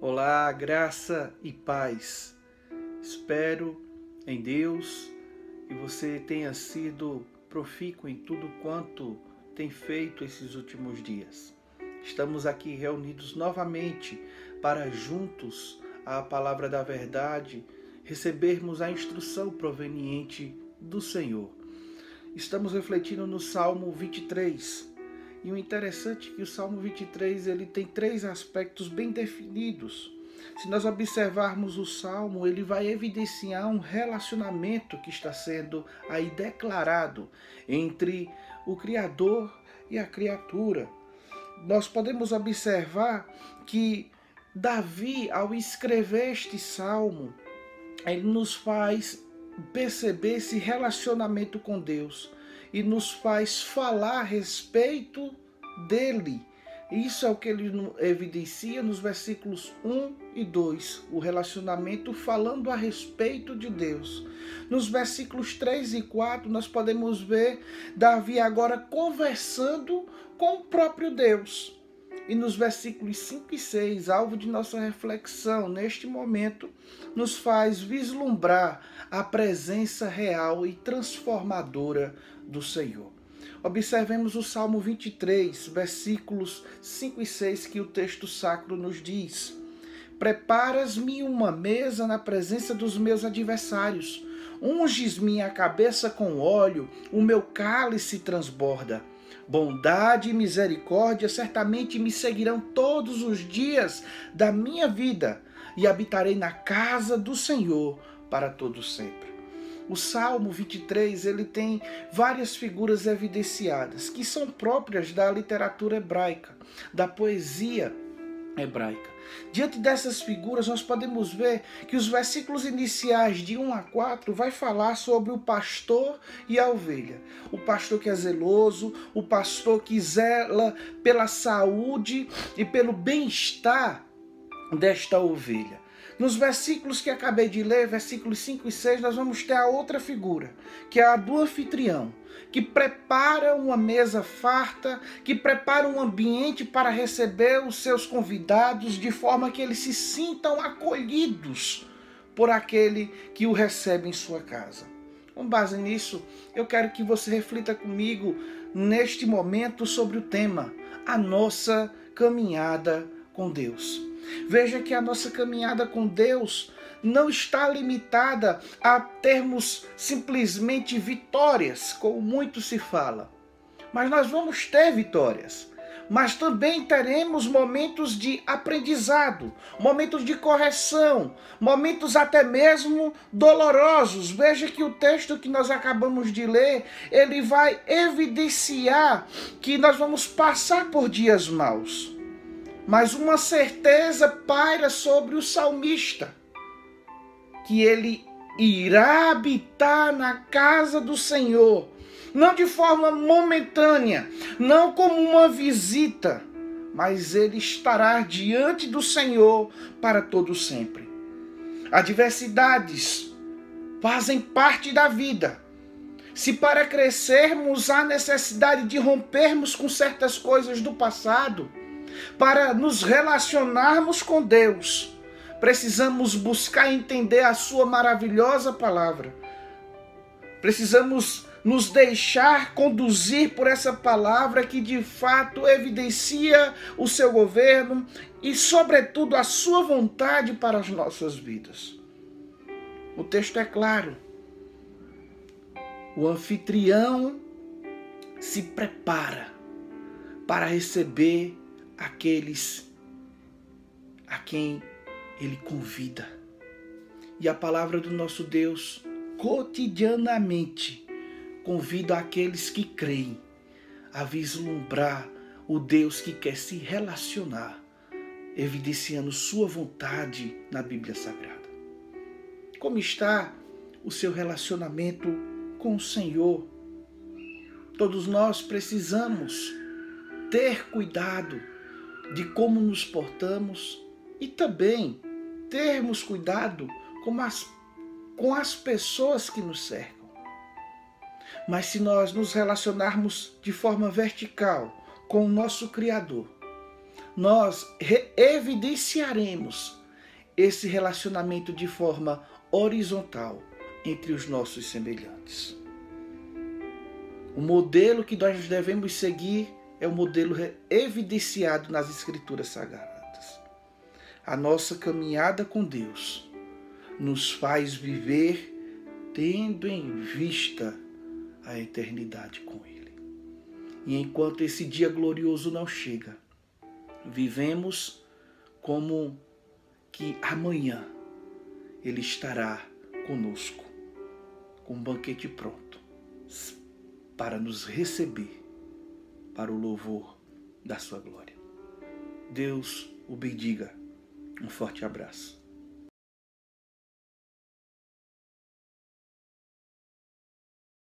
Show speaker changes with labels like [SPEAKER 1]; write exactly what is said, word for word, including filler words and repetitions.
[SPEAKER 1] Olá, graça e paz. Espero em Deus que você tenha sido profícuo em tudo quanto tem feito esses últimos dias. Estamos aqui reunidos novamente para juntos a palavra da verdade recebermos a instrução proveniente do Senhor. Estamos refletindo no Salmo vinte e três. E o interessante é que o Salmo vinte e três ele tem três aspectos bem definidos. Se nós observarmos o Salmo, ele vai evidenciar um relacionamento que está sendo aí declarado entre o Criador e a criatura. Nós podemos observar que Davi, ao escrever este Salmo, ele nos faz perceber esse relacionamento com Deus e nos faz falar a respeito dele. Isso é o que ele evidencia nos versículos um e dois, o relacionamento falando a respeito de Deus. Nos versículos três e quatro, nós podemos ver Davi agora conversando com o próprio Deus. E nos versículos cinco e seis, alvo de nossa reflexão neste momento, nos faz vislumbrar a presença real e transformadora do Senhor. Observemos o Salmo vinte e três, versículos cinco e seis, que o texto sacro nos diz: Preparas-me uma mesa na presença dos meus adversários, unges minha cabeça com óleo, o meu cálice transborda. Bondade e misericórdia certamente me seguirão todos os dias da minha vida, e habitarei na casa do Senhor para todo sempre. O Salmo vinte e três ele tem várias figuras evidenciadas, que são próprias da literatura hebraica, da poesia hebraica. Diante dessas figuras, nós podemos ver que os versículos iniciais de um a quatro vai falar sobre o pastor e a ovelha. O pastor que é zeloso, o pastor que zela pela saúde e pelo bem-estar desta ovelha. Nos versículos que acabei de ler, versículos cinco e seis, nós vamos ter a outra figura, que é a do anfitrião, que prepara uma mesa farta, que prepara um ambiente para receber os seus convidados, de forma que eles se sintam acolhidos por aquele que o recebe em sua casa. Com base nisso, eu quero que você reflita comigo neste momento sobre o tema, a nossa caminhada com Deus. Veja que a nossa caminhada com Deus não está limitada a termos simplesmente vitórias, como muito se fala. Mas nós vamos ter vitórias. Mas também teremos momentos de aprendizado, momentos de correção, momentos até mesmo dolorosos. Veja que o texto que nós acabamos de ler, ele vai evidenciar que nós vamos passar por dias maus. Mas uma certeza paira sobre o salmista, que ele irá habitar na casa do Senhor, não de forma momentânea, não como uma visita, mas ele estará diante do Senhor para todo sempre. Adversidades fazem parte da vida. Se para crescermos há necessidade de rompermos com certas coisas do passado, para nos relacionarmos com Deus, precisamos buscar entender a sua maravilhosa palavra. Precisamos nos deixar conduzir por essa palavra que de fato evidencia o seu governo e, sobretudo, a sua vontade para as nossas vidas. O texto é claro. O anfitrião se prepara para receber aqueles a quem ele convida. E a palavra do nosso Deus cotidianamente convida aqueles que creem a vislumbrar o Deus que quer se relacionar, evidenciando sua vontade na Bíblia Sagrada. Como está o seu relacionamento com o Senhor? Todos nós precisamos ter cuidado de como nos portamos e também termos cuidado com as, com as pessoas que nos cercam. Mas se nós nos relacionarmos de forma vertical com o nosso Criador, nós evidenciaremos esse relacionamento de forma horizontal entre os nossos semelhantes. O modelo que nós devemos seguir é o modelo evidenciado nas Escrituras Sagradas. A nossa caminhada com Deus nos faz viver tendo em vista a eternidade com Ele. E enquanto esse dia glorioso não chega, vivemos como que amanhã Ele estará conosco, com um banquete pronto, para nos receber para o louvor da sua glória. Deus o bendiga. Um forte abraço.